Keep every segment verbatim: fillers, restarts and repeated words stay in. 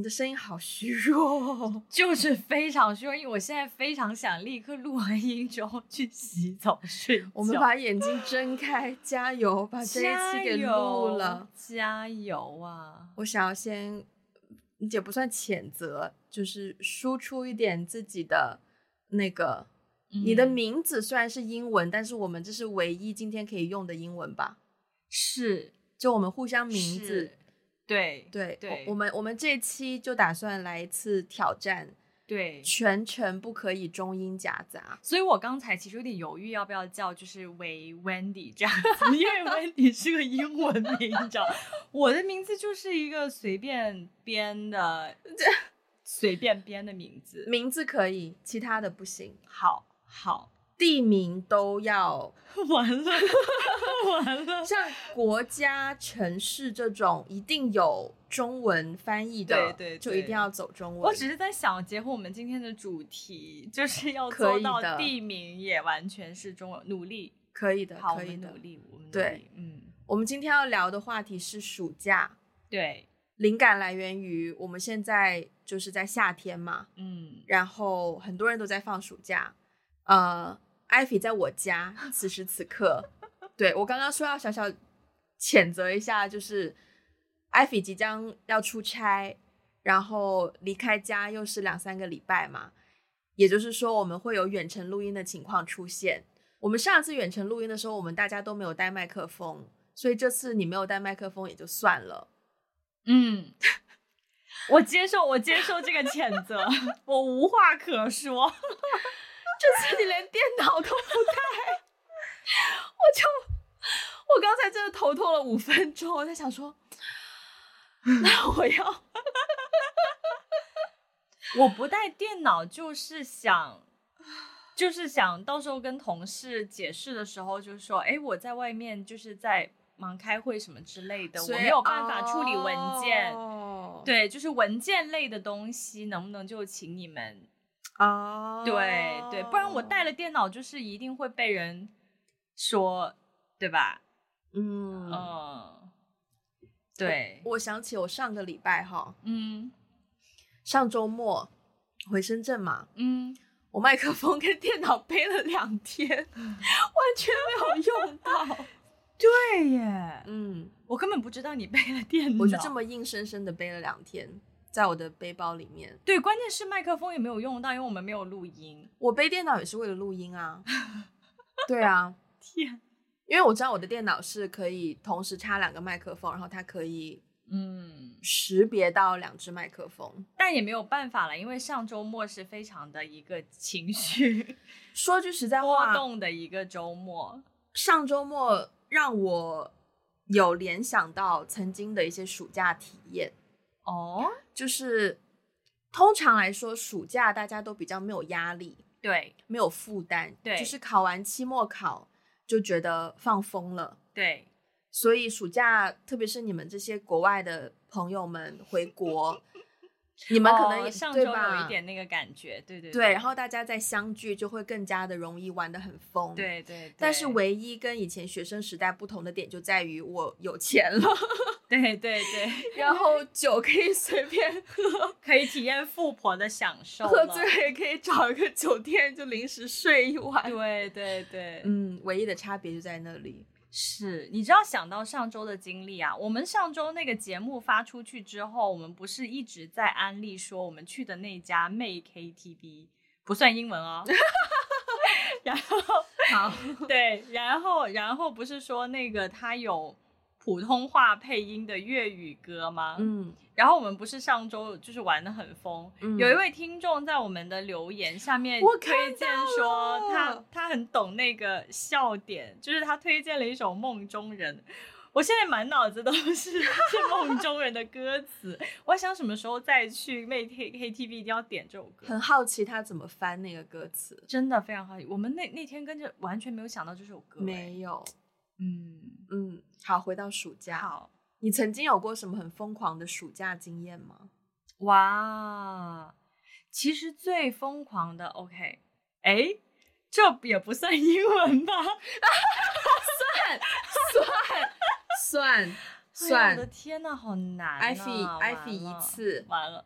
的声音好虚弱， 就是非常虚弱，因为我现在非常想立刻录完音之后去洗澡睡觉。 我们把眼睛睁开，加油，把这一期给录了， 加油啊！ 我想要先，也不算谴责，就是输出一点自己的那个。嗯、你的名字虽然是英文，但是我们这是唯一今天可以用的英文吧？ 是， 就我们互相名字， 对对对， 我们我们这期就打算来一次挑战， 对， 全程不可以中英夹杂。 所以我刚才其实有点犹豫要不要叫就是为 Wendy 这样子，因为 Wendy 是个英文名，你知道，我的名字就是一个随便编的，随便编的名字， 名字可以，其他的不行。 好。好， 地名都要完了完了， 像国家城市这种一定有中文翻译的， 对 对, 对， 就一定要走中文。 我只是在想结合我们今天的主题，就是要做到地名也完全是中文，努力可以的， 好， 可以的， 我们努力，我们努力， 对， 嗯， 我们今天要聊的话题是暑假， 对， 灵感来源于我们现在就是在夏天嘛， 嗯， 然后很多人都在放暑假。呃，艾菲在我家，此时此刻，对，我刚刚说要小小谴责一下，就是艾菲即将要出差，然后离开家又是两三个礼拜嘛，也就是说我们会有远程录音的情况出现。我们上次远程录音的时候，我们大家都没有带麦克风，所以这次你没有带麦克风也就算了。 嗯，我接受，我接受这个谴责，我无话可说。 这次你连电脑都不带，我就我刚才真的头痛了五分钟，我在想说，那我要我不带电脑就是想就是想到时候跟同事解释的时候，就是说，哎，我在外面就是在忙开会什么之类的，我没有办法处理文件， 哦、 对，就是文件类的东西，能不能就请你们。 哦、 oh ，对对，不然我带了电脑，就是一定会被人说，对吧？ 嗯嗯，对我。我想起我上个礼拜哈， 嗯， 上周末回深圳嘛， 嗯， 我麦克风跟电脑背了两天，嗯、完全没有用到。 对耶， 嗯， 我根本不知道你背了电脑， 我就这么硬生生的背了两天。在我的背包里面， 对，关键是麦克风也没有用到，因为我们没有录音。 我背电脑也是为了录音啊。对啊， 天， 因为我知道我的电脑是可以同时插两个麦克风，然后它可以嗯识别到两只麦克风， 但也没有办法了，因为上周末是非常的一个情绪说句实在话， 波动的一个周末。 上周末让我有联想到曾经的一些暑假体验。 哦， 就是通常来说暑假大家都比较没有压力， 对， 没有负担， 对， 就是考完期末考就觉得放风了， 对， 所以暑假特别是你们这些国外的朋友们回国你们可能也、 哦、上周有一点那个感觉，对对对, 对，然后大家再相聚就会更加的容易玩得很疯， 对 对, 对。 但是唯一跟以前学生时代不同的点就在于我有钱了， 对对对， 然后酒可以随便喝， 可以体验富婆的享受， 喝醉了也可以找一个酒店就临时睡一晚， 对对对， 嗯，唯一的差别就在那里。 是，你知道想到上周的经历啊，我们上周那个节目发出去之后，我们不是一直在安利说我们去的那家妹 K T V 不算英文哦然后好， 对，然后然后不是说那个他有普通话配音的粤语歌吗？ 嗯， 然后我们不是上周就是玩得很疯、嗯、有一位听众在我们的留言下面推荐说他他很懂那个笑点，就是他推荐了一首梦中人，我现在满脑子都是是梦中人的歌词我想什么时候再去妹 K T V 一定要点这首歌， 很好奇他怎么翻那个歌词， 真的非常好奇，我们那那天跟着完全没有想到这首歌， 没有， 嗯嗯，好，回到暑假， 好， 你曾经有过什么很疯狂的暑假经验吗？ 哇，其实最疯狂的 OK 哎，这也不算英文吧算算算算、 哎、我的天哪好难啊， 艾菲艾菲一次完了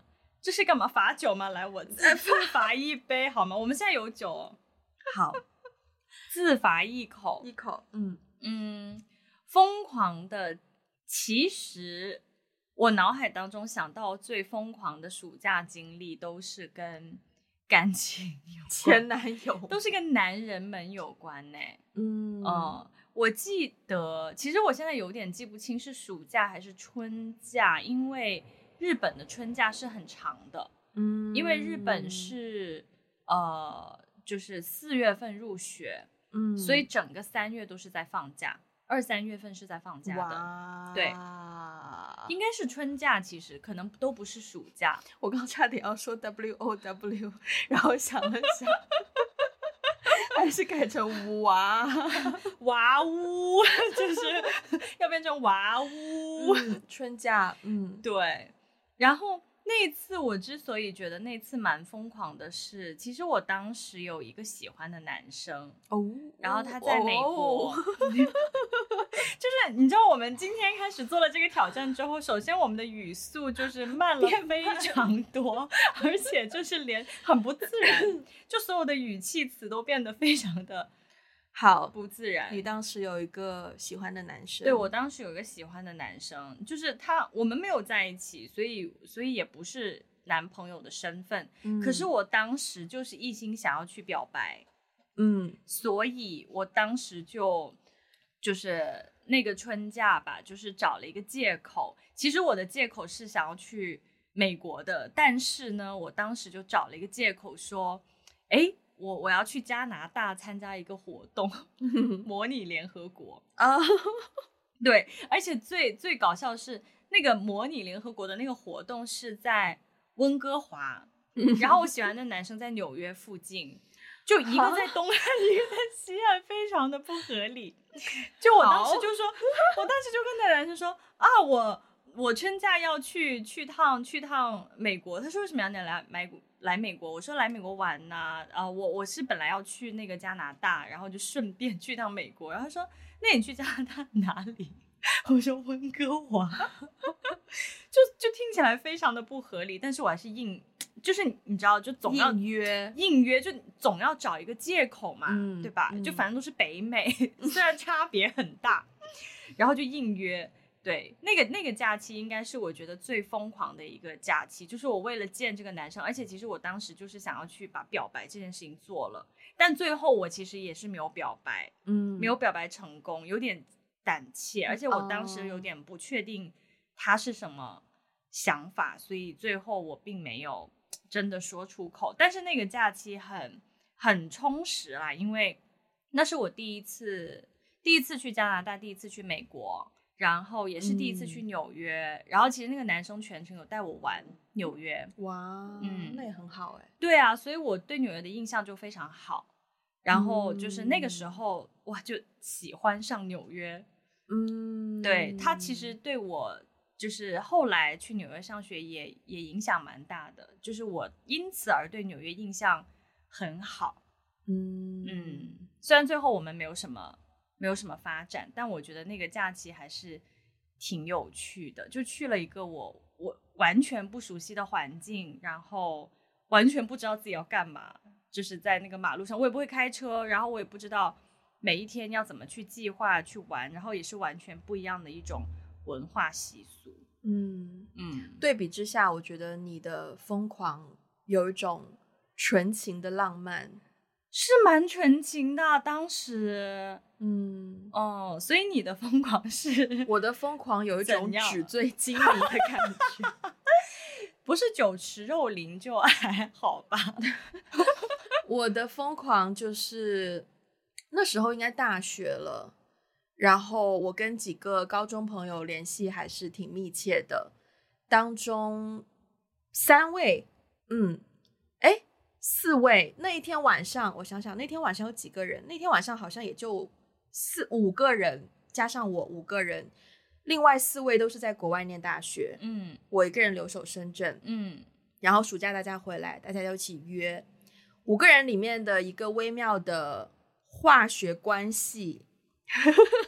这是干嘛？罚酒吗？来，我自自罚一杯好吗？我们现在有酒，好，自罚一口， 一口，嗯嗯，疯狂的，其实我脑海当中想到最疯狂的暑假经历都是跟感情有关， 前男友都是跟男人们有关呢、欸。 嗯呃，我记得，其实我现在有点记不清是暑假还是春假，因为日本的春假是很长的， 嗯， 因为日本是呃，就是四月份入学， 嗯， 所以整个三月都是在放假，二三月份是在放假的， 哇对，应该是春假，其实可能都不是暑假。 我刚差点要说 W O W， 然后想了想。还是改成娃娃屋，就是要变成娃屋、 嗯、春假，嗯， 对。然后那次我之所以觉得那次蛮疯狂的是，其实我当时有一个喜欢的男生哦， 然后他在美国，哦、就是你知道我们今天开始做了这个挑战之后，首先我们的语速就是慢了非常多，而且就是连很不自然，就所有的语气词都变得非常的好不自然。 你当时有一个喜欢的男生？ 对，我当时有一个喜欢的男生，就是他，我们没有在一起，所以所以也不是男朋友的身份、嗯、可是我当时就是一心想要去表白， 嗯， 所以我当时就就是那个春假吧，就是找了一个借口，其实我的借口是想要去美国的，但是呢我当时就找了一个借口说，哎，我我要去加拿大参加一个活动，模拟联合国啊，对，而且最最搞笑的是那个模拟联合国的那个活动是在温哥华，然后我喜欢的男生在纽约附近，就一个在东岸一个在西岸，非常的不合理。就我当时就说，我当时就跟那个男生说啊，我我春假要去去趟去趟美国。他说为什么要你来买来美国？我说来美国玩呐、啊，啊、呃，我我是本来要去那个加拿大，然后就顺便去趟美国。然后他说那你去加拿大哪里？我说温哥华，就就听起来非常的不合理，但是我还是硬，就是你知道，就总要硬约， 硬约，就总要找一个借口嘛， 嗯、 对吧、 嗯？ 就反正都是北美，虽然差别很大，然后就硬约。对，那个那个假期应该是我觉得最疯狂的一个假期，就是我为了见这个男生，而且其实我当时就是想要去把表白这件事情做了，但最后我其实也是没有表白， 嗯， 没有表白成功，有点胆怯，而且我当时有点不确定他是什么想法，所以最后我并没有真的说出口。但是那个假期很很充实啦，因为那是我第一次第一次去加拿大，第一次去美国，然后也是第一次去纽约、嗯、然后其实那个男生全程有带我玩纽约。 哇，嗯，那也很好哎、欸。 对啊，所以我对纽约的印象就非常好，然后就是那个时候、嗯、哇就喜欢上纽约。嗯，对，他其实对我就是后来去纽约上学也也影响蛮大的，就是我因此而对纽约印象很好。嗯嗯，虽然最后我们没有什么没有什么发展，但我觉得那个假期还是挺有趣的，就去了一个我我完全不熟悉的环境，然后完全不知道自己要干嘛，就是在那个马路上，我也不会开车，然后我也不知道每一天要怎么去计划去玩，然后也是完全不一样的一种文化习俗。 嗯嗯，对比之下，我觉得你的疯狂有一种纯情的浪漫， 是蛮纯情的、啊、当时。嗯哦，所以你的疯狂是？ 我的疯狂有一种纸醉金迷的感觉， 不是酒池肉林就还好吧。 我的疯狂就是那时候应该大学了，然后我跟几个高中朋友联系还是挺密切的，当中三位嗯哎四位，那一天晚上我想想那天晚上有几个人，那天晚上好像也就四五个人，加上我五个人，另外四位都是在国外念大学，嗯，我一个人留守深圳，嗯，然后暑假大家回来，大家就一起约，五个人里面的一个微妙的化学关系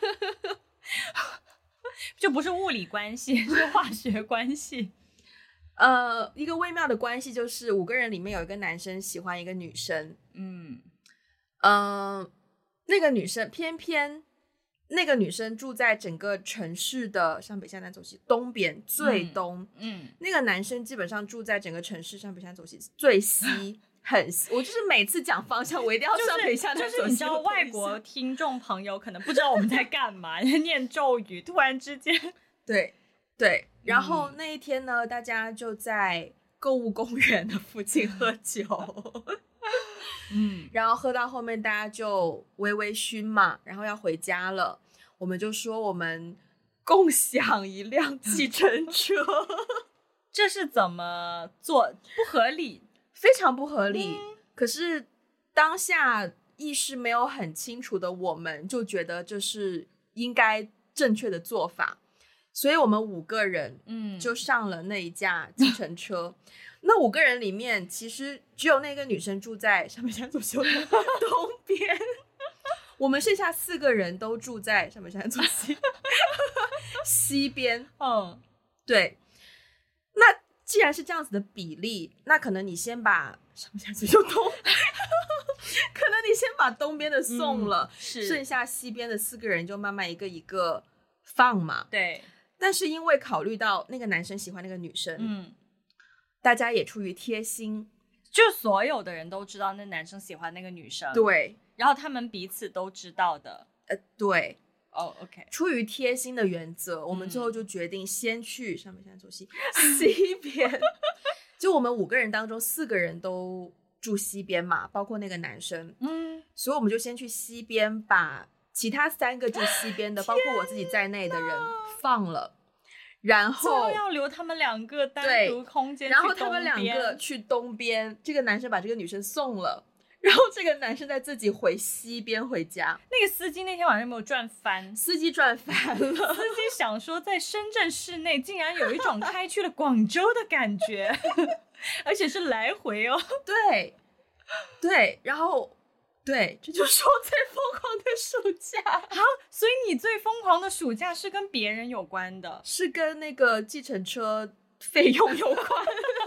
就不是物理关系，是化学关系。 呃，一个微妙的关系就是五个人里面有一个男生喜欢一个女生， 嗯， 呃，那个女生偏偏那个女生住在整个城市的上北下南左西东边最东， 嗯，嗯那个男生基本上住在整个城市上北下南左西最西。很，我就是每次讲方向，我一定要上北下南左西。 就是你知道，外国听众朋友可能不知道我们在干嘛，念咒语，突然之间， 对对。然后那一天呢，嗯、大家就在购物公园的附近喝酒， 嗯， 然后喝到后面大家就微微醺嘛，然后要回家了，我们就说我们共享一辆计程车， 这是怎么做？不合理。 非常不合理、嗯、可是当下意识没有很清楚的我们就觉得这是应该正确的做法，所以我们五个人嗯就上了那一架计程车、嗯、那五个人里面其实只有那个女生住在上北下南左西的东边我们剩下四个人都住在上北下南左西西边。嗯，对。那既然是这样子的比例，那可能你先把上下左右东可能你先把东边的送了、嗯、是剩下西边的四个人就慢慢一个一个放嘛。 对。 但是因为考虑到那个男生喜欢那个女生，嗯，大家也出于贴心， 就所有的人都知道那男生喜欢那个女生， 对， 然后他们彼此都知道的， 呃，对。 哦、oh, OK， 出于贴心的原则、嗯、我们最后就决定先去上北下南左西西边就我们五个人当中四个人都住西边嘛，包括那个男生，嗯，所以我们就先去西边把其他三个住西边的包括我自己在内的人放了，然后要留他们两个单独空间， 然后他们两个去东边，这个男生把这个女生送了，然后这个男生再自己回西边回家。 那个司机那天晚上没有赚翻， 司机赚翻了。 司机想说，在深圳市内竟然有一种开去了广州的感觉，而且是来回哦。 对，对，然后对，这就是我最疯狂的暑假。 好，所以你最疯狂的暑假是跟别人有关的， 是跟那个计程车费用有关。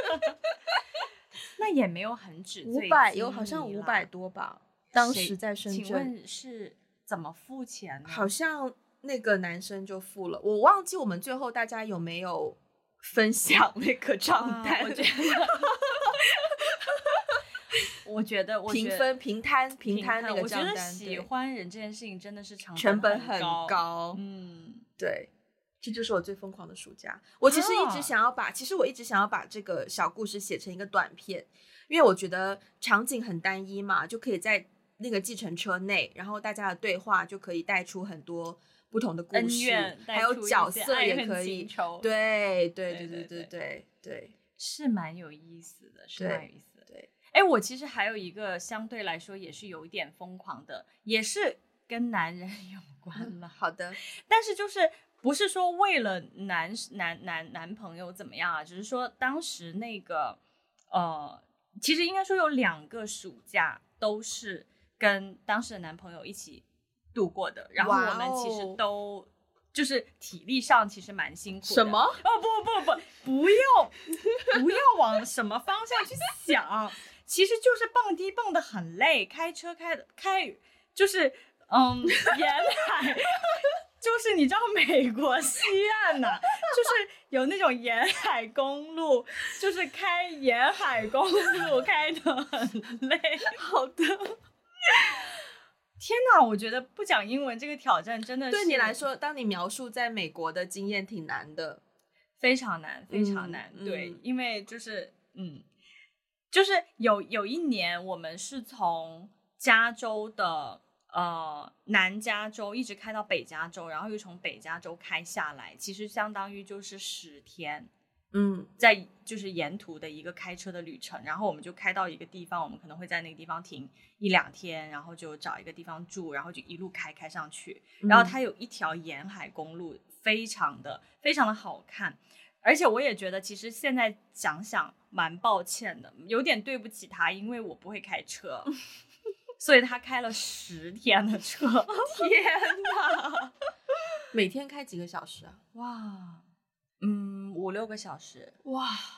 那也没有很纸醉金迷， 五百有好像五百多吧，当时在深圳。 请问是怎么付钱呢？ 好像那个男生就付了，我忘记我们最后大家有没有分享那个账单。啊、 我觉得，我觉得我平分平摊平摊那个账单。 我觉得喜欢人这件事情真的是成本很高， 高嗯， 对。这就是我最疯狂的暑假。我其实一直想要把、啊、其实我一直想要把这个小故事写成一个短片，因为我觉得场景很单一嘛，就可以在那个计程车内，然后大家的对话就可以带出很多不同的故事，还有角色也可以。对对对对对对对， 是蛮有意思的，是蛮有意思的。对，哎，我其实还有一个相对来说也是有一点疯狂的，也是跟男人有关了。 好的， 但是就是不是说为了男男男男朋友怎么样啊，只是说当时那个呃，其实应该说有两个暑假都是跟当时的男朋友一起度过的，然后我们其实都就是体力上其实蛮辛苦的。 什么？ 哦不不不不要不要往什么方向去想，其实就是蹦迪蹦得很累，开车开的开就是嗯沿海。就是你知道美国西岸呐、啊，就是有那种沿海公路，就是开沿海公路开得很累。 好的， 天哪，我觉得不讲英文这个挑战真的是对你来说，当你描述在美国的经验挺难的， 非常难，非常难。嗯、对、嗯，因为就是嗯，就是有有一年我们是从加州的。呃，南加州一直开到北加州，然后又从北加州开下来，其实相当于就是十天， 嗯， 在就是沿途的一个开车的旅程，然后我们就开到一个地方，我们可能会在那个地方停一两天，然后就找一个地方住，然后就一路开开上去，然后它有一条沿海公路，非常的非常的好看，而且我也觉得其实现在想想蛮抱歉的，有点对不起他，因为我不会开车。所以他开了十天的车， 天哪！每天开几个小时啊？ 哇，嗯，五六个小时。 哇，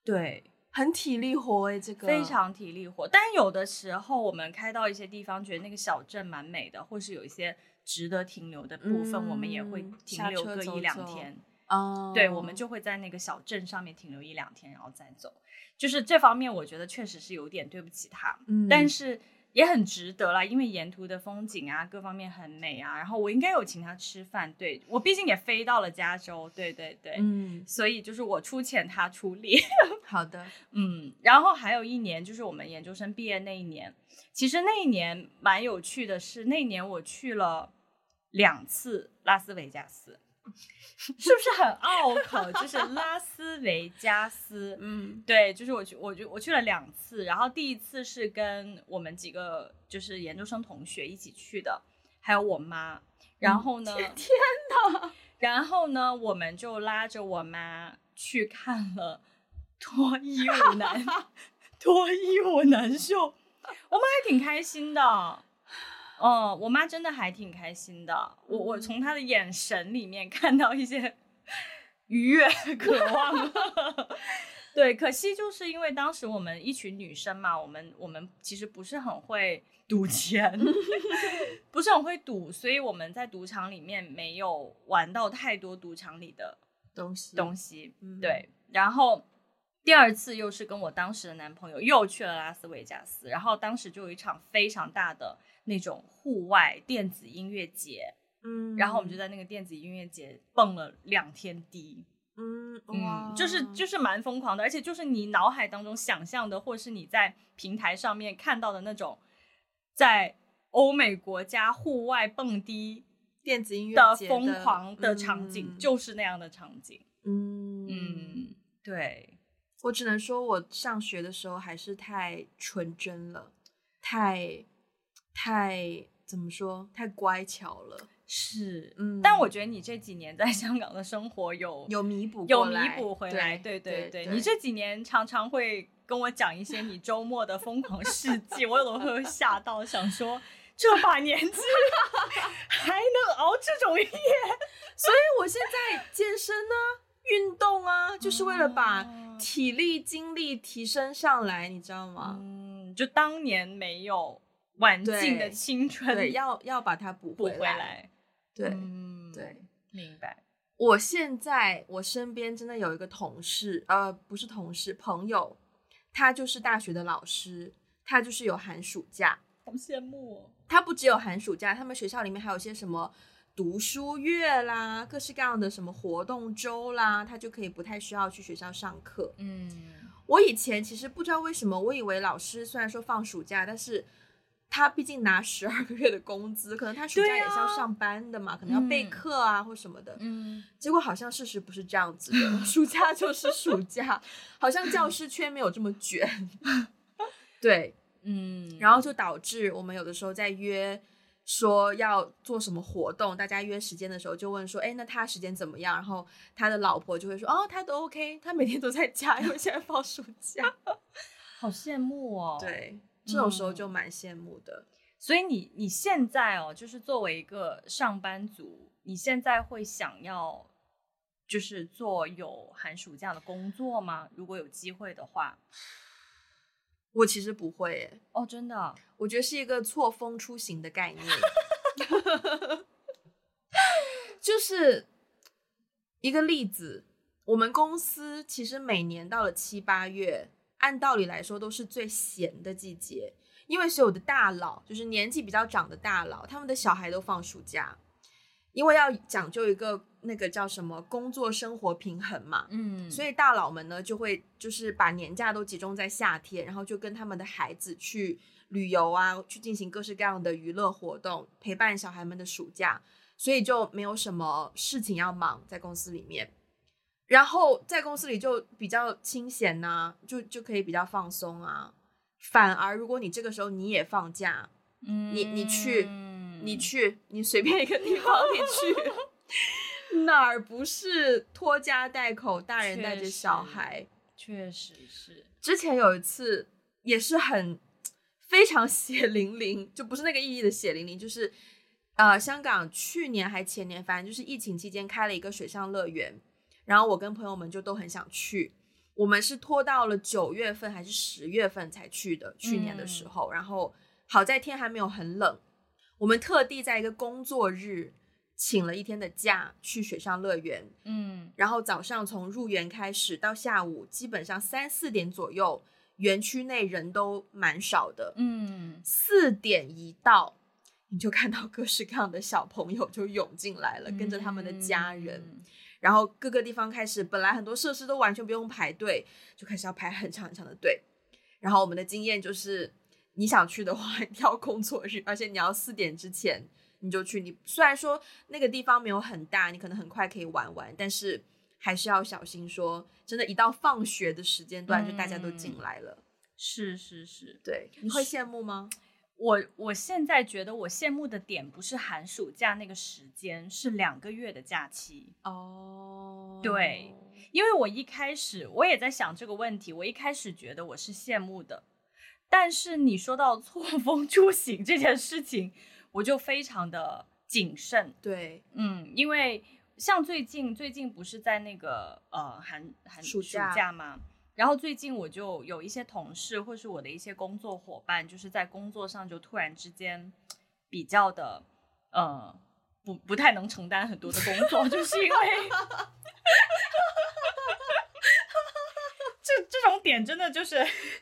对， 很体力活哎、欸，这个非常体力活。但有的时候我们开到一些地方，觉得那个小镇蛮美的，或是有一些值得停留的部分，嗯、我们也会停留个一两天。 哦， 对，我们就会在那个小镇上面停留一两天，然后再走。就是这方面，我觉得确实是有点对不起他，嗯、但是也很值得啦，因为沿途的风景啊，各方面很美啊。然后我应该有请他吃饭，对，我毕竟也飞到了加州，对对对，嗯，所以就是我出钱，他出力。 好的， 嗯，然后还有一年就是我们研究生毕业那一年，其实那一年蛮有趣的是，那一年我去了两次拉斯维加斯。是不是很拗口？就是拉斯维加斯，嗯，对，就是我去，我就我去了两次，然后第一次是跟我们几个就是研究生同学一起去的，还有我妈，然后呢， 嗯、天哪， 然后呢，我们就拉着我妈去看了脱衣舞男脱衣舞男秀，我妈还挺开心的。哦，我妈真的还挺开心的，我我从她的眼神里面看到一些愉悦渴望。对，可惜就是因为当时我们一群女生嘛，我们我们其实不是很会赌钱，不是很会赌，所以我们在赌场里面没有玩到太多赌场里的东西东西。嗯、对，然后第二次又是跟我当时的男朋友又去了拉斯维加斯，然后当时就有一场非常大的那种户外电子音乐节，嗯，然后我们就在那个电子音乐节蹦了两天迪，嗯嗯，就是就是蛮疯狂的，而且就是你脑海当中想象的，或是你在平台上面看到的那种，在欧美国家户外蹦迪电子音乐的疯狂的场景，嗯、就是那样的场景， 嗯嗯，对， 我只能说我上学的时候还是太纯真了，太。太怎么说？太乖巧了， 是，嗯。但我觉得你这几年在香港的生活有有弥补， 有弥补回来。对对 对, 对, 对，你这几年常常会跟我讲一些你周末的疯狂事迹，我有的会吓到，想说这把年纪还能熬这种夜， 所以我现在健身啊、运动啊，就是为了把体力、精力提升上来，你知道吗？ 嗯，就当年没有。晚尽的青春， 对，要要把它补补回来， 对、 嗯、 对， 明白。 我现在我身边真的有一个同事，呃，不是同事，朋友，他就是大学的老师，他就是有寒暑假， 好羡慕哦。 他不只有寒暑假，他们学校里面还有些什么读书月啦，各式各样的什么活动周啦，他就可以不太需要去学校上课。嗯，我以前其实不知道为什么，我以为老师虽然说放暑假，但是他毕竟拿十二个月的工资，可能他暑假也是要上班的嘛，啊、可能要备课啊、嗯、或什么的。嗯，结果好像事实不是这样子的，暑假就是暑假，好像教师圈没有这么卷。对，嗯，然后就导致我们有的时候在约说要做什么活动，大家约时间的时候就问说，哎，那他时间怎么样？然后他的老婆就会说，哦，他都 OK， 他每天都在家，因为现在放暑假。 好羡慕哦。 对。这种时候就蛮羡慕的、嗯、 所以你你现在哦，就是作为一个上班族，你现在会想要就是做有寒暑假的工作吗？如果有机会的话。 我其实不会耶。 哦，真的？ 我觉得是一个错峰出行的概念。就是一个例子，我们公司其实每年到了七八月，按道理来说都是最闲的季节，因为所有的大佬，就是年纪比较长的大佬，他们的小孩都放暑假，因为要讲究一个那个叫什么工作生活平衡嘛，嗯，所以大佬们呢就会就是把年假都集中在夏天，然后就跟他们的孩子去旅游啊，去进行各式各样的娱乐活动，陪伴小孩们的暑假，所以就没有什么事情要忙在公司里面。然后在公司里就比较清闲啊，就就可以比较放松啊。反而如果你这个时候你也放假，嗯，你你去你去你随便一个地方你去，哪儿不是拖家带口，大人带着小孩？ 确实是。 之前有一次也是很非常血淋淋，就不是那个意义的血淋淋，就是呃，香港去年还前年，反正就是疫情期间开了一个水上乐园。然后我跟朋友们就都很想去， 我们是拖到了九月份还是十月份才去的，去年的时候、嗯、然后好在天还没有很冷，我们特地在一个工作日请了一天的假去水上乐园， 嗯， 然后早上从入园开始到下午基本上三四点左右，园区内人都蛮少的， 嗯， 四点一到你就看到各式各样的小朋友就涌进来了、嗯、跟着他们的家人，然后各个地方开始本来很多设施都完全不用排队，就开始要排很长很长的队，然后我们的经验就是你想去的话一定要工作日，而且你要四点之前你就去，你虽然说那个地方没有很大，你可能很快可以玩完，但是还是要小心说真的一到放学的时间段、嗯、就大家都进来了。 是是是， 对，你会羡慕吗？ 我我现在觉得我羡慕的点不是寒暑假那个时间，是两个月的假期。 哦、oh. 对，因为我一开始我也在想这个问题，我一开始觉得我是羡慕的，但是你说到错峰出行这件事情，我就非常的谨慎。 对， 嗯，因为像最近最近不是在那个呃寒寒暑假暑假吗？然后最近我就有一些同事或是我的一些工作伙伴，就是在工作上就突然之间比较的呃不不太能承担很多的工作，就是因为这这种点真的就是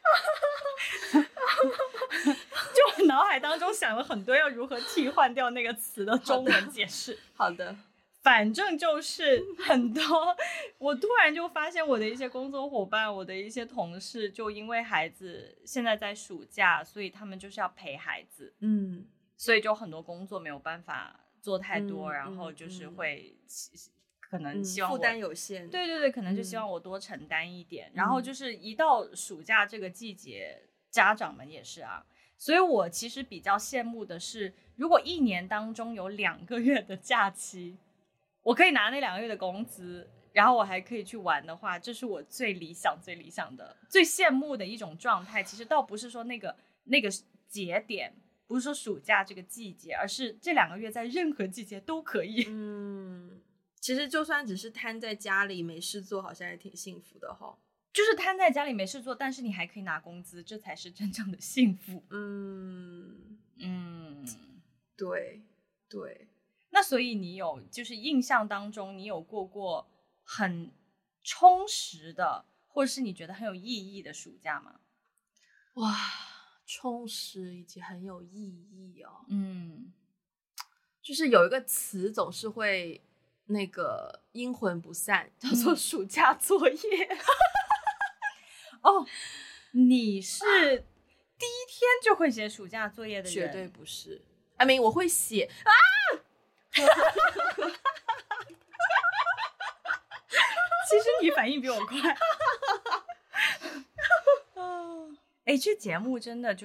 就我脑海当中想了很多要如何替换掉那个词的中文解释。 好的, 好的反正就是很多我突然就发现我的一些工作伙伴，我的一些同事就因为孩子现在在暑假，所以他们就是要陪孩子， 嗯， 所以就很多工作没有办法做太多、嗯、然后就是会、嗯、可能希望我、 嗯、负担有限， 对对对，可能就希望我多承担一点、嗯、然后就是一到暑假这个季节，家长们也是啊，所以我其实比较羡慕的是，如果一年当中有两个月的假期，我可以拿那两个月的工资，然后我还可以去玩的话，这是我最理想最理想的最羡慕的一种状态。其实倒不是说那个那个节点，不是说暑假这个季节，而是这两个月在任何季节都可以。 嗯，其实就算只是瘫在家里没事做，好像也挺幸福的齁。 就是瘫在家里没事做，但是你还可以拿工资，这才是真正的幸福。 嗯嗯， 对对。 那所以你有就是印象当中你有过过很充实的，或者是你觉得很有意义的暑假吗？ 哇，充实以及很有意义哦。 嗯， 就是有一个词总是会那个阴魂不散，叫做暑假作业。 哦，你是第一天就会写暑假作业的人？ 绝对不是。I mean, 我会写啊。 其实你反应比我快。哎，这节目真的就是，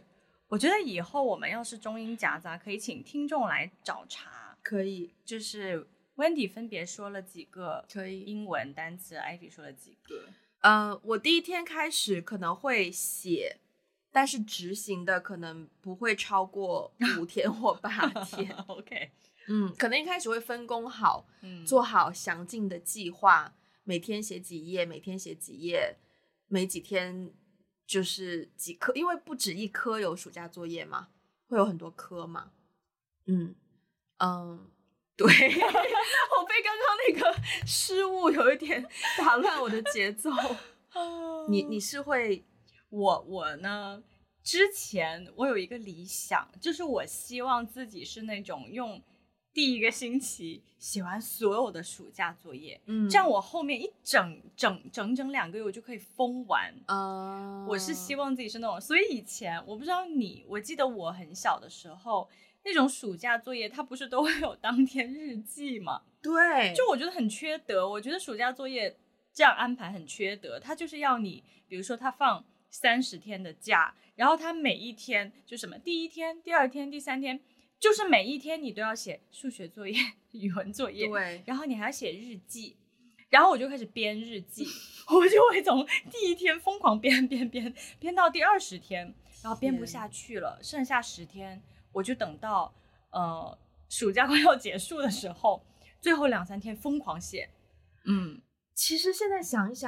我觉得以后我们要是中英夹杂，可以请听众来找茬。 可以， 就是 Wendy 分别说了几个可以英文单词 ，Ivy 说了几个。 呃，我第一天开始可能会写，但是执行的可能不会超过五天或八天。 OK。 嗯，可能一开始会分工好、 嗯、 做好详尽的计划，每天写几页，每天写几页，每几天就是几科，因为不止一科有暑假作业嘛，会有很多科嘛。嗯嗯，对。我被刚刚那个失误有一点打乱我的节奏。你你是会， 我我呢，之前我有一个理想，就是我希望自己是那种用第一个星期写完所有的暑假作业，嗯，这样我后面一整整整整两个月我就可以疯玩啊、 uh... 我是希望自己是那种，所以以前我不知道你，我记得我很小的时候，那种暑假作业它不是都会有当天日记吗？ 对， 就我觉得很缺德，我觉得暑假作业这样安排很缺德，它就是要你，比如说他放三十天的假，然后他每一天就什么第一天、第二天、第三天。就是每一天你都要写数学作业、语文作业， 对， 然后你还要写日记，然后我就开始编日记，我就会从第一天疯狂编编编编到第二十天，然后编不下去了，剩下十天，我就等到呃暑假快要结束的时候，最后两三天疯狂写。嗯， 其实现在想一想，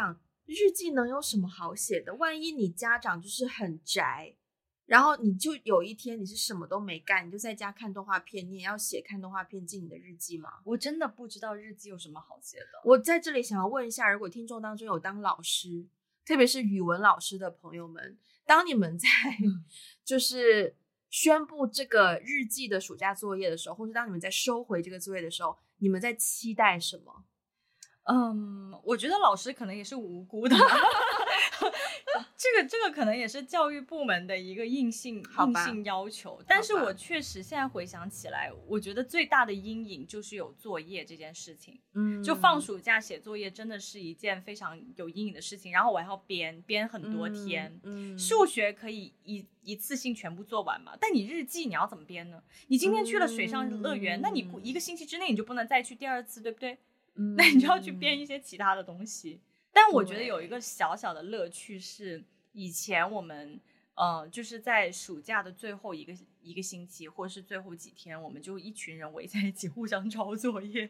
日记能有什么好写的？万一你家长就是很宅，然后你就有一天你是什么都没干，你就在家看动画片，你也要写看动画片进你的日记吗？ 我真的不知道日记有什么好写的。 我在这里想要问一下，如果听众当中有当老师，特别是语文老师的朋友们，当你们在就是宣布这个日记的暑假作业的时候，或是当你们在收回这个作业的时候，你们在期待什么？ 嗯，我觉得老师可能也是无辜的。这个这个可能也是教育部门的一个硬性硬性要求，但是我确实现在回想起来，我觉得最大的阴影就是有作业这件事情。嗯，就放暑假写作业真的是一件非常有阴影的事情，然后我还要编编很多天。嗯，嗯数学可以一一次性全部做完嘛，但你日记你要怎么编呢？你今天去了水上乐园，嗯、那你一个星期之内你就不能再去第二次，对不对？嗯，那你就要去编一些其他的东西。但我觉得有一个小小的乐趣是，以前我们呃就是在暑假的最后一个一个星期，或是最后几天，我们就一群人围在一起互相抄作业，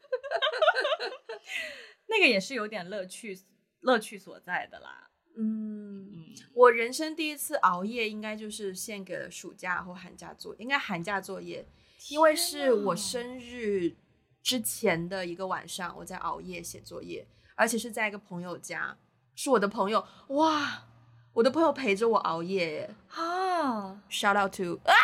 那个也是有点乐趣乐趣所在的啦。 嗯，嗯我人生第一次熬夜，应该就是献给了暑假或寒假作业，应该寒假作业，因为是我生日之前的一个晚上，我在熬夜写作业。而且是在一个朋友家，是我的朋友，哇，我的朋友陪着我熬夜耶啊 ！Shout out to 啊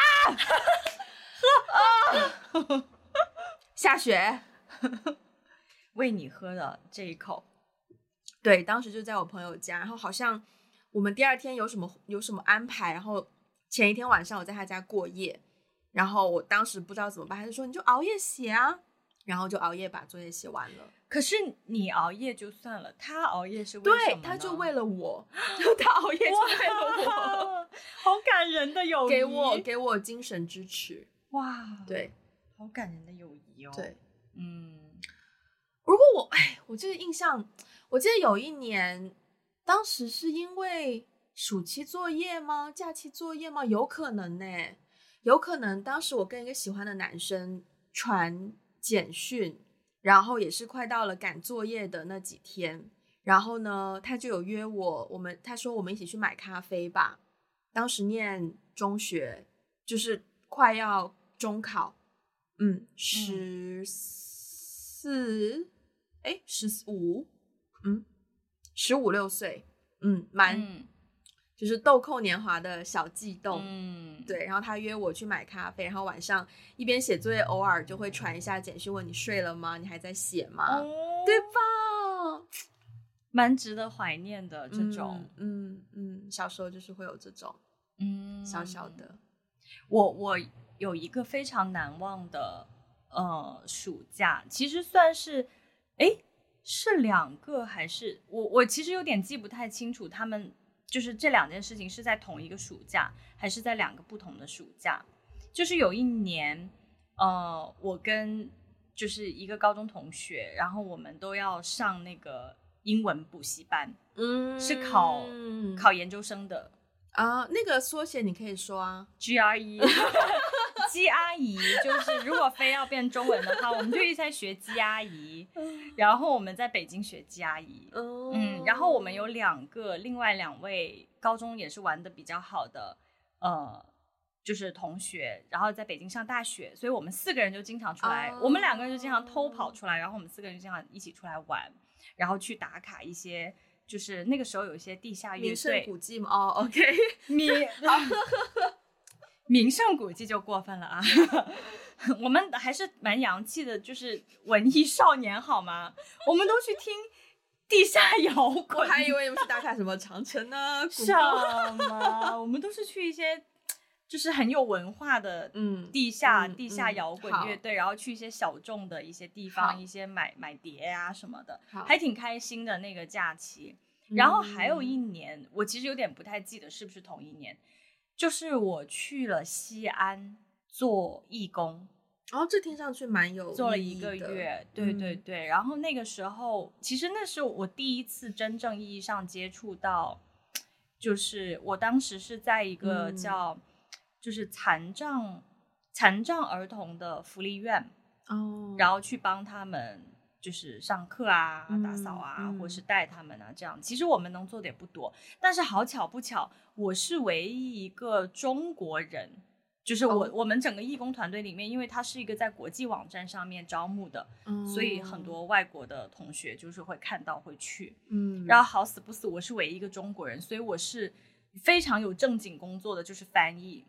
啊！下雪， 为你喝了这一口。 对，当时就在我朋友家，然后好像我们第二天有什么有什么安排，然后前一天晚上我在他家过夜，然后我当时不知道怎么办，他就说你就熬夜写啊，然后就熬夜把作业写完了。 可是你熬夜就算了，他熬夜是为什么呢？ 对，他就为了我，他熬夜就为了我， 好感人的友谊， 给我给我精神支持。 哇， 对， 好感人的友谊哦。 对， 嗯， 如果我哎，我这个印象，我记得有一年，当时是因为暑期作业吗？假期作业吗？有可能呢、欸，有可能当时我跟一个喜欢的男生传简讯。然后也是快到了赶作业的那几天，然后呢，他就有约我，我们他说我们一起去买咖啡吧。当时念中学，就是快要中考，嗯，十四，哎，十五，嗯，十五六岁，嗯，蛮。嗯就是豆蔻年华的小悸动，嗯，对。然后他约我去买咖啡，然后晚上一边写作业，偶尔就会传一下简讯问你睡了吗？你还在写吗？哦、对吧？ 蛮值得怀念的这种， 嗯 嗯, 嗯，小时候就是会有这种，嗯，小小的。 我我有一个非常难忘的呃暑假，其实算是，哎，是两个还是我我其实有点记不太清楚他们。就是这两件事情是在同一个暑假，还是在两个不同的暑假？就是有一年，呃，我跟就是一个高中同学，然后我们都要上那个英文补习班，嗯，是考考研究生的啊。那个缩写你可以说啊 ，G R E。鸡阿姨就是如果非要变中文的话，我们就一直在学鸡阿姨，然后我们在北京学鸡阿姨，嗯，然后我们有两个另外两位高中也是玩的比较好的呃就是同学，然后在北京上大学，所以我们四个人就经常出来、oh. 我们两个人就经常偷跑出来，然后我们四个人就经常一起出来玩，然后去打卡一些就是那个时候有一些地下乐队名胜古迹嘛，哦、oh, OK 你名胜古迹就过分了啊我们还是蛮洋气的，就是文艺少年好吗？我们都去听地下摇滚， 我还以为你们是打卡什么长城呢什么我们都是去一些就是很有文化的地下、嗯、地下摇滚乐队、嗯嗯、然后去一些小众的一些地方，一些买买碟啊什么的，还挺开心的那个假期。然后还有一年、嗯、我其实有点不太记得是不是同一年，就是我去了西安做义工。 哦，这听上去蛮有意义的， 做了一个月，对对对、嗯、然后那个时候其实那是我第一次真正意义上接触到，就是我当时是在一个叫、嗯、就是残障残障儿童的福利院、哦、然后去帮他们就是上课啊、 嗯、 打扫啊、 嗯、 或是带他们啊，这样其实我们能做的也不多。但是好巧不巧，我是唯一一个中国人，就是我、哦、我们整个义工团队里面，因为它是一个在国际网站上面招募的、嗯、所以很多外国的同学就是会看到会去，嗯，然后好死不死我是唯一一个中国人，所以我是非常有正经工作的，就是翻译。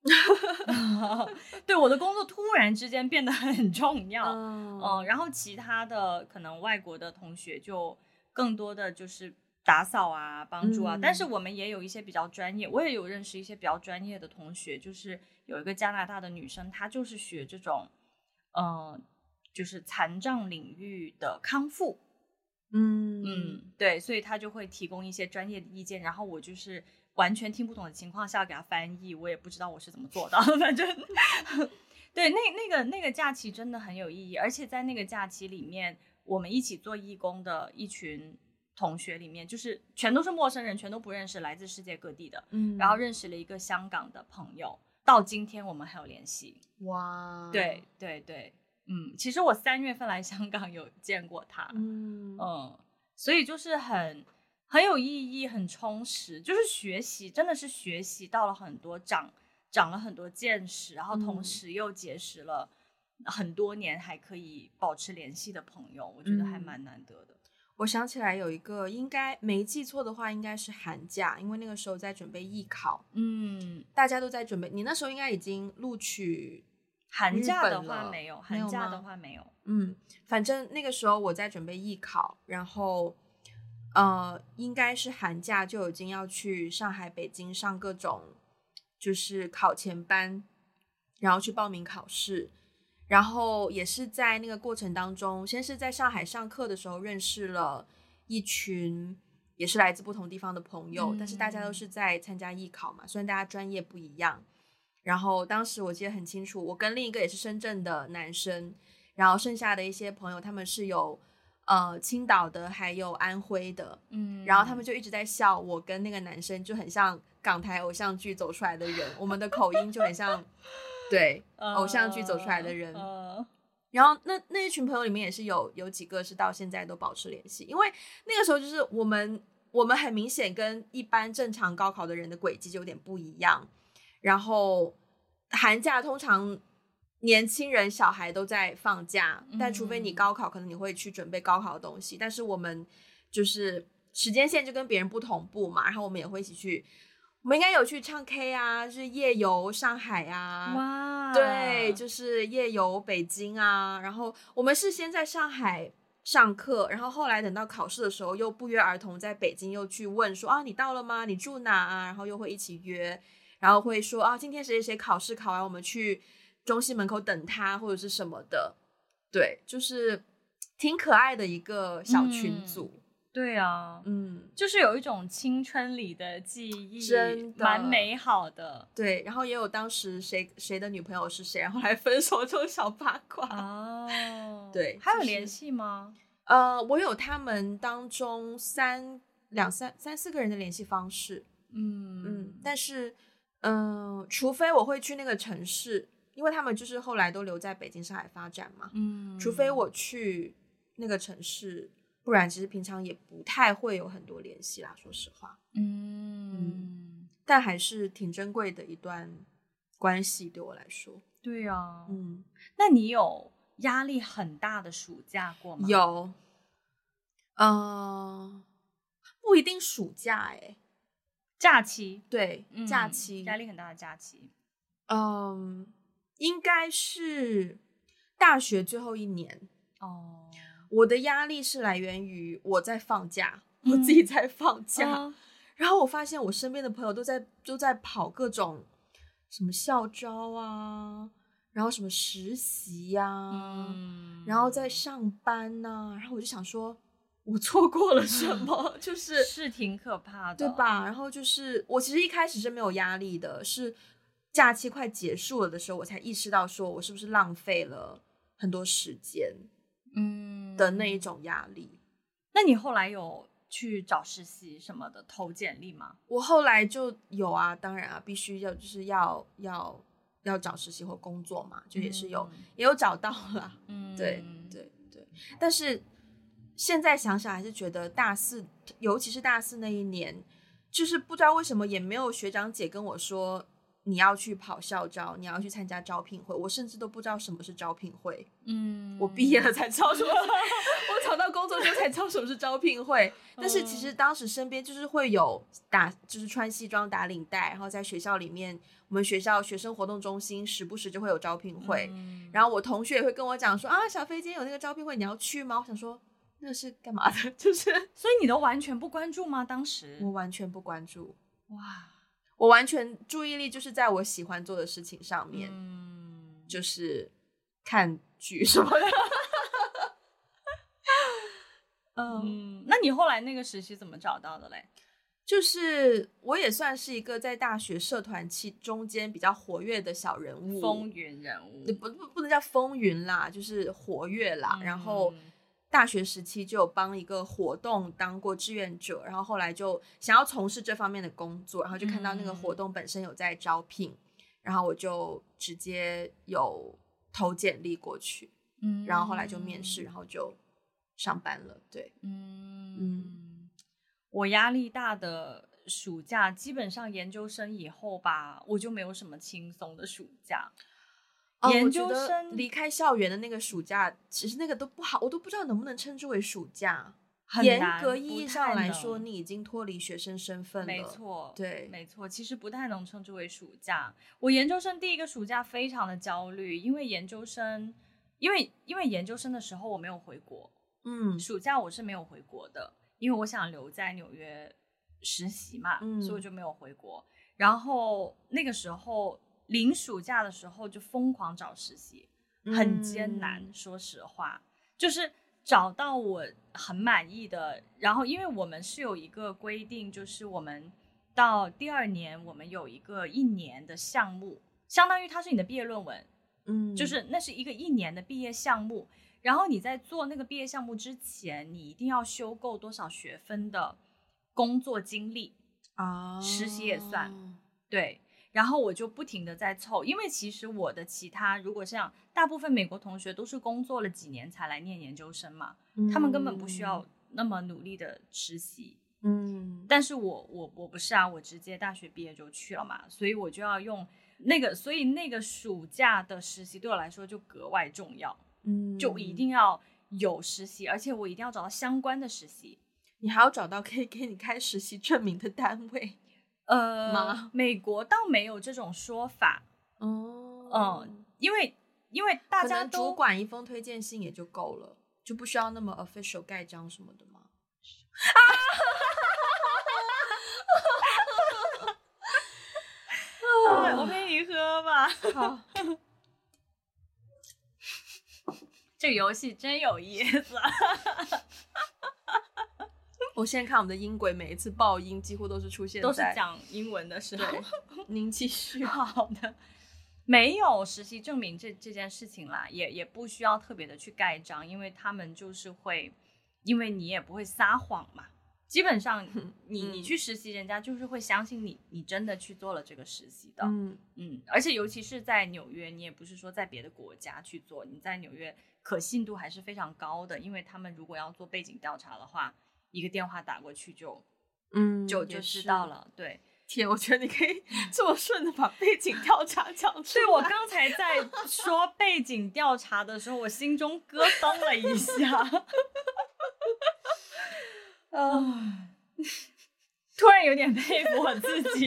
对，我的工作突然之间变得很重要，嗯、oh. 呃，然后其他的可能外国的同学就更多的就是打扫啊、帮助啊、嗯，但是我们也有一些比较专业，我也有认识一些比较专业的同学，就是有一个加拿大的女生，她就是学这种，呃，就是残障领域的康复，嗯嗯，对，所以她就会提供一些专业的意见，然后我就是完全听不懂的情况下给他翻译，我也不知道我是怎么做到的，反正对，那那个那个假期真的很有意义，而且在那个假期里面，我们一起做义工的一群同学里面，就是全都是陌生人，全都不认识，来自世界各地的，嗯，然后认识了一个香港的朋友，到今天我们还有联系。哇，对对对，嗯，其实我三月份来香港有见过他，嗯嗯，所以就是很。很有意义，很充实，就是学习，真的是学习到了很多，长长了很多见识，然后同时又结识了很多年还可以保持联系的朋友，我觉得还蛮难得的。 嗯、我想起来有一个，应该没记错的话，应该是寒假，因为那个时候在准备艺考，嗯，大家都在准备。你那时候应该已经录取寒假的话没有，寒假的话没有， 嗯，反正那个时候我在准备艺考，然后。呃，应该是寒假就已经要去上海、北京上各种就是考前班，然后去报名考试，然后也是在那个过程当中，先是在上海上课的时候认识了一群也是来自不同地方的朋友，嗯、但是大家都是在参加艺考嘛，虽然大家专业不一样。然后当时我记得很清楚，我跟另一个也是深圳的男生，然后剩下的一些朋友他们是有。呃，青岛的还有安徽的，嗯，然后他们就一直在笑我跟那个男生就很像港台偶像剧走出来的人，我们的口音就很像，对，呃、偶像剧走出来的人。呃、然后那那一群朋友里面也是有有几个是到现在都保持联系，因为那个时候就是我们我们很明显跟一般正常高考的人的轨迹就有点不一样，然后寒假通常。年轻人小孩都在放假，但除非你高考，可能你会去准备高考的东西，但是我们就是时间线就跟别人不同步嘛，然后我们也会一起去，我们应该有去唱 K 啊，就是夜游上海啊，哇，对，就是夜游北京啊，然后我们是先在上海上课，然后后来等到考试的时候又不约而同在北京又去问说啊你到了吗？你住哪啊？然后又会一起约，然后会说啊今天谁谁谁考试考完我们去中戏门口等他或者是什么的，对，就是挺可爱的一个小群组。嗯、 对啊，嗯，就是有一种青春里的记忆， 真的蛮美好的。 对，然后也有当时谁谁的女朋友是谁，然后来分手这种小八卦。哦，对， 还有联系吗？ 呃，我有他们当中三两三三四个人的联系方式。嗯嗯，但是嗯、呃，除非我会去那个城市。因为他们就是后来都留在北京、上海发展嘛，嗯，除非我去那个城市，不然其实平常也不太会有很多联系啦，说实话，嗯嗯，但还是挺珍贵的一段关系对我来说。 对啊，嗯，那你有压力很大的暑假过吗？ 有，呃，不一定暑假哎、欸， 假期， 对，嗯、假期压力很大的假期， 嗯。应该是大学最后一年哦。我的压力是来源于我在放假，嗯、我自己在放假，嗯、然后我发现我身边的朋友都在都在跑各种什么校招啊，然后什么实习呀、啊嗯，然后在上班呐、啊，然后我就想说，我错过了什么？就是是挺可怕的， 对吧？然后就是我其实一开始是没有压力的，是。假期快结束了的时候，我才意识到说我是不是浪费了很多时间，嗯的那一种压力。 那你后来有去找实习什么的投简历吗？ 我后来就有啊，当然啊，必须要就是要要要找实习或工作嘛，就也是有、嗯、也有找到啦。嗯，对对对。 但是现在想想还是觉得大四，尤其是大四那一年，就是不知道为什么也没有学长姐跟我说你要去跑校招，你要去参加招聘会，我甚至都不知道什么是招聘会。嗯，我毕业了才知道什么我找到工作之后才知道什么是招聘会。但是其实当时身边就是会有打，就是穿西装打领带，然后在学校里面，我们学校学生活动中心时不时就会有招聘会。嗯，然后我同学也会跟我讲说啊，小飞今天有那个招聘会，你要去吗？我想说那是干嘛的？就是所以你都完全不关注吗？当时我完全不关注。哇，我完全注意力就是在我喜欢做的事情上面。嗯，就是看剧什么的。 嗯，那你后来那个实习怎么找到的嘞？ 就是我也算是一个在大学社团期中间比较活跃的小人物， 风云人物， 不不不能叫风云啦，就是活跃啦。嗯、然后大学时期就有帮一个活动当过志愿者，然后后来就想要从事这方面的工作，然后就看到那个活动本身有在招聘，嗯、然后我就直接有投简历过去，嗯，然后后来就面试，然后就上班了。对，嗯嗯，我压力大的暑假基本上研究生以后吧，我就没有什么轻松的暑假。 哦、研究生离开校园的那个暑假，其实那个都不好，我都不知道能不能称之为暑假。严格意义上来说，你已经脱离学生身份了。 没错， 对， 没错，其实不太能称之为暑假。我研究生第一个暑假非常的焦虑，因为研究生，因为因为研究生的时候我没有回国，嗯，暑假我是没有回国的，因为我想留在纽约实习嘛，嗯、所以我就没有回国。然后那个时候临暑假的时候就疯狂找实习，很艰难，嗯、说实话，就是找到我很满意的。然后因为我们是有一个规定，就是我们到第二年我们有一个一年的项目，相当于它是你的毕业论文，嗯，就是那是一个一年的毕业项目。然后你在做那个毕业项目之前，你一定要修够多少学分的工作经历啊，实习也算，对。然后我就不停的在凑，因为其实我的其他如果像大部分美国同学都是工作了几年才来念研究生嘛，嗯、他们根本不需要那么努力的实习，嗯，但是我我我不是啊，我直接大学毕业就去了嘛，所以我就要用那个，所以那个暑假的实习对我来说就格外重要，嗯，就一定要有实习，而且我一定要找到相关的实习， 你还要找到可以给你开实习证明的单位。 呃，美国倒没有这种说法，哦，嗯，因为因为大家都可能主管一封推荐信也就够了，就不需要那么 official 盖章什么的吗？啊！ 我陪你喝吧。好，这个游戏真有意思。 我现在看我们的音轨，每一次爆音几乎都是出现在都是讲英文的时候。 您继续。 好的，没有实习证明这这件事情啦，也也不需要特别的去盖章，因为他们就是会，因为你也不会撒谎嘛。基本上你你去实习，人家就是会相信你，你真的去做了这个实习的。嗯嗯，而且尤其是在纽约，你也不是说在别的国家去做，你在纽约可信度还是非常高的，因为他们如果要做背景调查的话，一个电话打过去就，嗯，就就知道了。对， 天，我觉得你可以这么顺的把背景调查讲出来。 对，我刚才在说背景调查的时候，我心中咯噔了一下。啊，突然有点佩服我自己。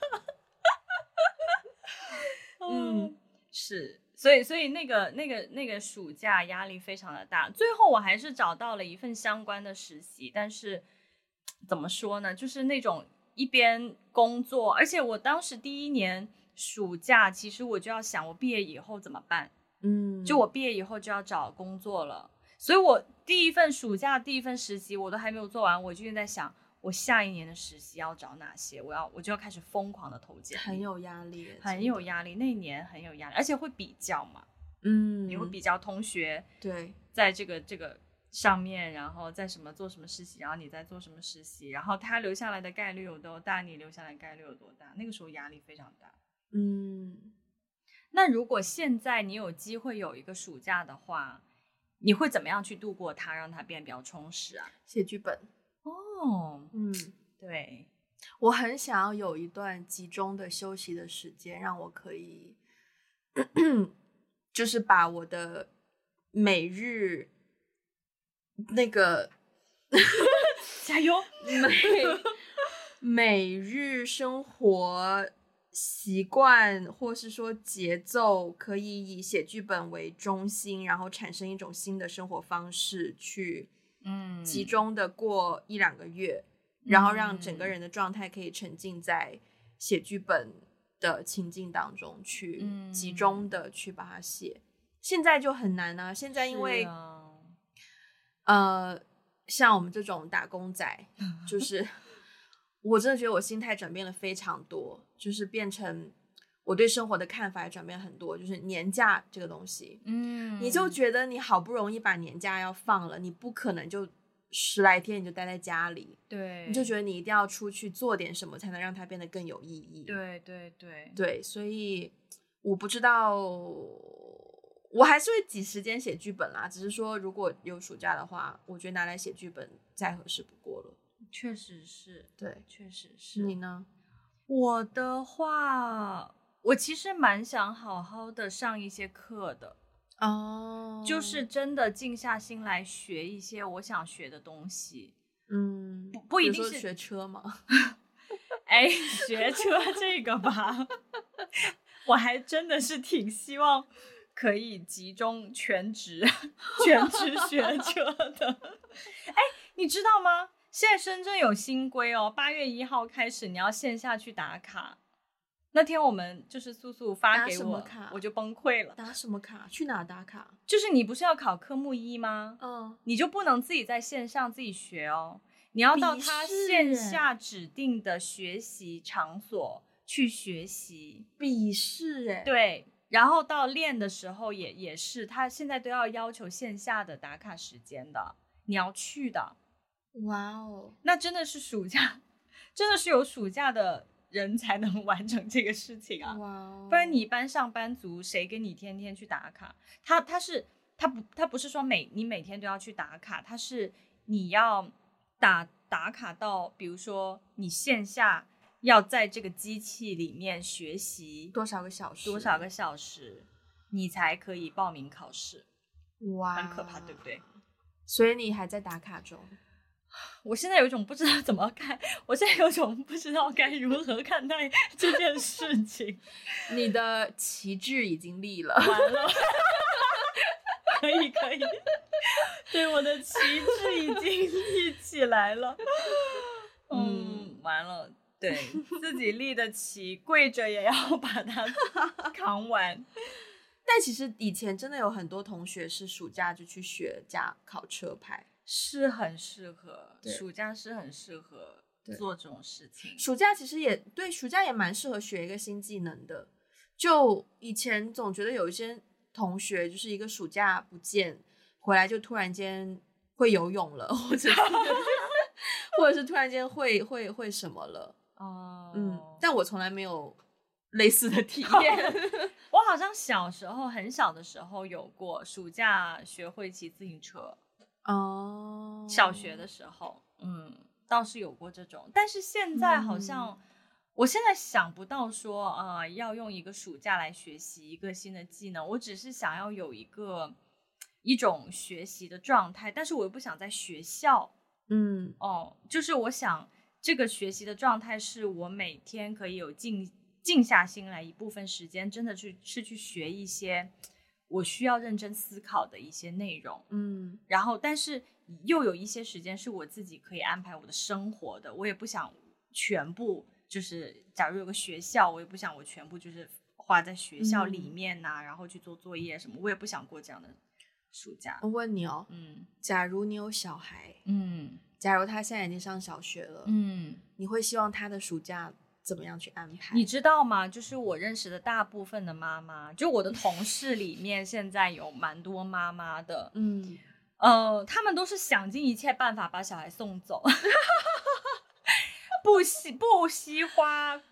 嗯，是。所以，所以那个、那个、那个暑假压力非常的大。最后，我还是找到了一份相关的实习，但是怎么说呢？就是那种一边工作，而且我当时第一年暑假，其实我就要想，我毕业以后怎么办？嗯，就我毕业以后就要找工作了，所以我第一份暑假、第一份实习我都还没有做完，我就在想，我下一年的实习要找哪些？我要我就要开始疯狂的投简历， 很有压力， 很有压力。那一年很有压力，而且会比较嘛，嗯，你会比较同学， 对， 在这个这个上面，然后在什么做什么实习，然后你在做什么实习，然后他留下来的概率有多大，你留下来的概率有多大？那个时候压力非常大。嗯，那如果现在你有机会有一个暑假的话， 你会怎么样去度过它，让它变得比较充实啊？ 写剧本。 哦， 嗯， 对， 我很想要有一段集中的休息的时间，让我可以就是把我的每日那个加油每每日生活习惯或是说节奏可以以写剧本为中心，然后产生一种新的生活方式，去嗯集中的过一两个月、嗯、然后让整个人的状态可以沉浸在写剧本的情境当中，去集中的去把它写、嗯、现在就很难啊，现在因为、啊、呃像我们这种打工仔就是我真的觉得我心态转变了非常多，就是变成我对生活的看法也转变很多，就是年假这个东西，嗯，你就觉得你好不容易把年假要放了，你不可能就十来天你就待在家里， 对， 你就觉得你一定要出去做点什么才能让它变得更有意义， 对对对对，所以我不知道，我还是会挤时间写剧本啦，只是说如果有暑假的话，我觉得拿来写剧本再合适不过了。 确实是， 对， 确实是。 你呢？ 我的话，我其实蛮想好好的上一些课的哦， oh. 就是真的静下心来学一些我想学的东西。嗯，不不一定是学车吗？ 哎，学车这个吧，我还真的是挺希望可以集中全职全职学车的。哎，你知道吗？现在深圳有新规哦，八月一号开始你要线下去打卡。那天我们就是素素发给我，我就崩溃了。 打什么卡？去哪打卡？ 就是你不是要考科目一吗？嗯，你就不能自己在线上自己学哦，你要到他线下指定的学习场所去学习。 笔试哎， 对，然后到练的时候也也是，他现在都要要求线下的打卡时间的，你要去的。 哇哦， 那真的是暑假，真的是有暑假的人才能完成这个事情啊！哇哦，不然你一般上班族谁跟你天天去打卡？他他是他不他不是说每你每天都要去打卡，他是你要打打卡到，比如说你线下要在这个机器里面学习多少个小时， 多少个小时，你才可以报名考试。哇，很可怕，对不对？ 所以你还在打卡中。 我现在有一种不知道怎么看，我现在有一种不知道该如何看待这件事情。 你的旗帜已经立了， 完了，可以可以，对，我的旗帜已经立起来了。嗯，完了，对自己立的旗，跪着也要把它扛完。 但其实以前真的有很多同学是暑假就去学驾考车牌。 是很适合，暑假是很适合做这种事情。 暑假其实也对，暑假也蛮适合学一个新技能的。就以前总觉得有一些同学就是一个暑假不见回来就突然间会游泳了，或者是或者是突然间会会会什么了。哦，嗯，但我从来没有类似的体验。 我好像小时候很小的时候有过暑假学会骑自行车。哦，小学的时候，嗯，倒是有过这种，但是现在好像，嗯、我现在想不到说啊、呃，要用一个暑假来学习一个新的技能，我只是想要有一个一种学习的状态，但是我又不想在学校，嗯，哦，就是我想这个学习的状态是我每天可以有静静下心来一部分时间，真的去是去学一些我需要认真思考的一些内容，嗯，然后但是又有一些时间是我自己可以安排我的生活的，我也不想全部就是假如有个学校，我也不想我全部就是花在学校里面呐、啊嗯，然后去做作业什么，我也不想过这样的暑假。 我问你哦，嗯，假如你有小孩，嗯，假如他现在已经上小学了，嗯，你会希望他的暑假怎么样去安排？ 你知道吗？就是我认识的大部分的妈妈，就我的同事里面，现在有蛮多妈妈的，嗯，呃，他们都是想尽一切办法把小孩送走，不惜不惜花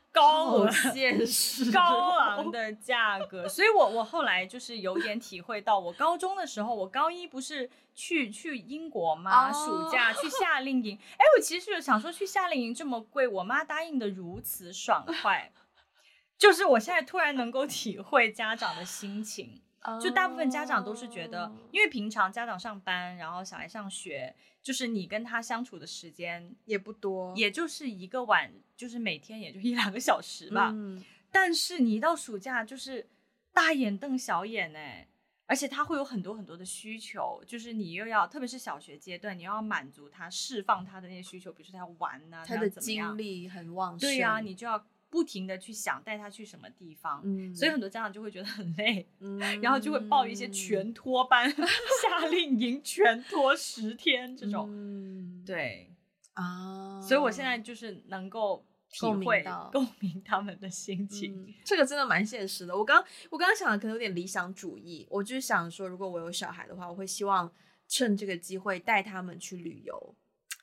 高昂现实高昂的价格，所以我我后来就是有点体会到，我高中的时候，我高一不是去去英国吗？ Oh. 暑假去夏令营，哎，我其实想说去夏令营这么贵，我妈答应的如此爽快，就是我现在突然能够体会家长的心情。就大部分家长都是觉得，因为平常家长上班，然后小孩上学，就是你跟他相处的时间也不多， 也就是一个晚，就是每天也就一两个小时吧。嗯，但是你一到暑假就是大眼瞪小眼哎，而且他会有很多很多的需求，就是你又要，特别是小学阶段，你要满足他，释放他的那些需求，比如说他要玩啊， 他的精力很旺盛， 对啊，你就要不停的去想带他去什么地方，嗯，所以很多家长就会觉得很累，嗯，然后就会报一些全托班、嗯、夏令营全托十天这种，嗯，对啊，所以我现在就是能够体会共鸣他们的心情， 嗯，这个真的蛮现实的。我刚我刚刚想的可能有点理想主义，我就是想说，如果我有小孩的话，我会希望趁这个机会带他们去旅游，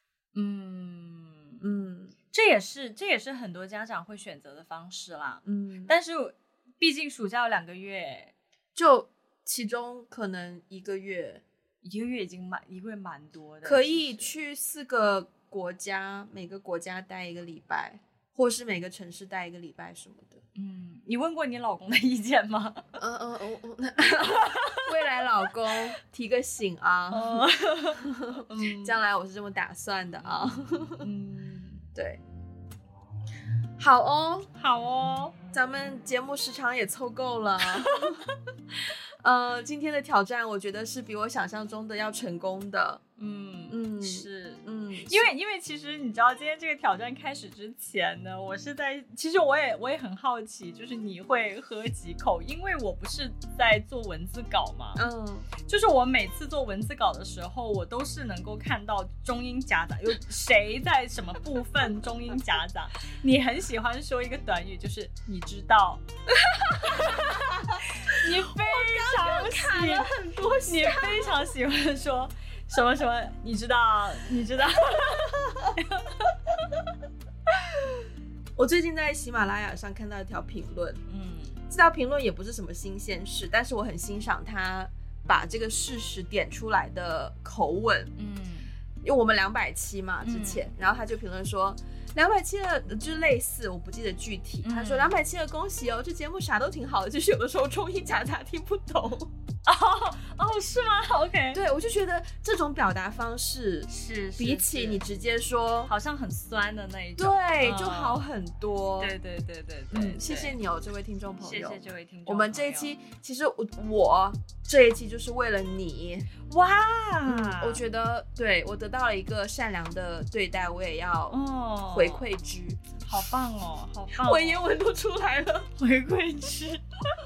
嗯嗯。这也是这也是很多家长会选择的方式啦，嗯，但是毕竟暑假有两个月， 就其中可能一个月， 一个月已经蛮一个月蛮多的， 可以去四个国家，每个国家待一个礼拜，或是每个城市待一个礼拜什么的。 嗯，你问过你老公的意见吗？ 嗯嗯嗯嗯，未来老公提个醒啊，嗯，将来我是这么打算的啊，嗯。对，好哦， 好哦， 咱们节目时长也凑够了。呃，今天的挑战我觉得是比我想象中的要成功的。嗯嗯，是，嗯，因为因为其实你知道，今天这个挑战开始之前呢，我是在，其实我也我也很好奇，就是你会喝几口，因为我不是在做文字稿嘛，嗯，就是我每次做文字稿的时候，我都是能够看到中英夹杂，有谁在什么部分中英夹杂。你很喜欢说一个短语，就是你知道，你非常喜欢很多，你非常喜欢说。什么什么，你知道？你知道？ 我最近在喜马拉雅上看到一条评论，嗯，这条评论也不是什么新鲜事，但是我很欣赏他把这个事实点出来的口吻，嗯，因为我们两百期嘛之前，嗯，然后他就评论说。两百期的就是类似，我不记得具体。嗯，他说两百期的恭喜哦，这节目啥都挺好的，就是有的时候中英夹杂听不懂。 哦哦，是吗 ？OK， 对，我就觉得这种表达方式是比起你直接说好像很酸的那一种， 对，嗯，就好很多。 对对对对对， 嗯，谢谢你哦，这位听众朋友， 谢谢这位听众朋友。 我们这一期其实我我这一期就是为了你。 哇， 嗯，我觉得对我得到了一个善良的对待，我也要回馈之， 哦，好棒哦，好棒，哦， 文言文都出来了， 回馈之。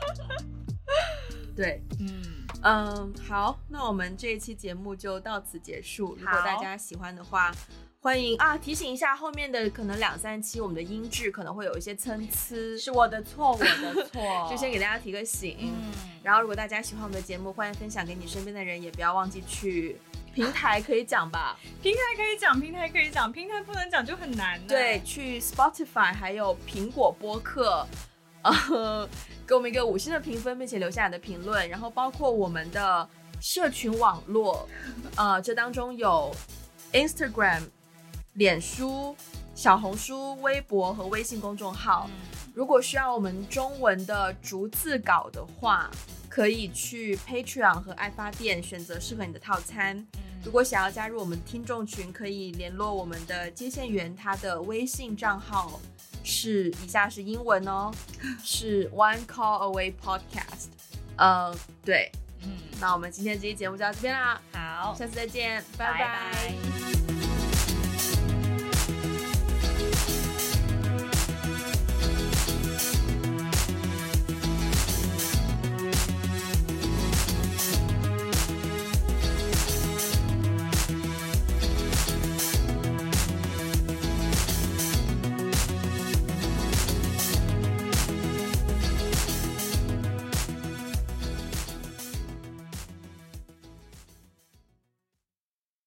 对，嗯嗯，好，那我们这一期节目就到此结束。如果大家喜欢的话，欢迎啊！提醒一下，后面的可能两三期我们的音质可能会有一些参差， 是我的错，我的错， 就先给大家提个醒。嗯，然后如果大家喜欢我们的节目，欢迎分享给你身边的人，也不要忘记去平台可以讲吧， 平台可以讲，平台可以讲，平台不能讲就很难。 对，去 Spotify 还有苹果播客。呃，给我们一个五星的评分，并且留下你的评论，然后包括我们的社群网络，呃，这当中有 Instagram、脸书、小红书、微博和微信公众号。如果需要我们中文的逐字稿的话，可以去 Patreon 和爱发电选择适合你的套餐。如果想要加入我们听众群，可以联络我们的接线员，他的微信账号是以下是英文哦，是 One Call Away Podcast。呃，对，嗯，那我们今天这期节目就到这边啦， 好， 下次再见， 拜拜。拜拜。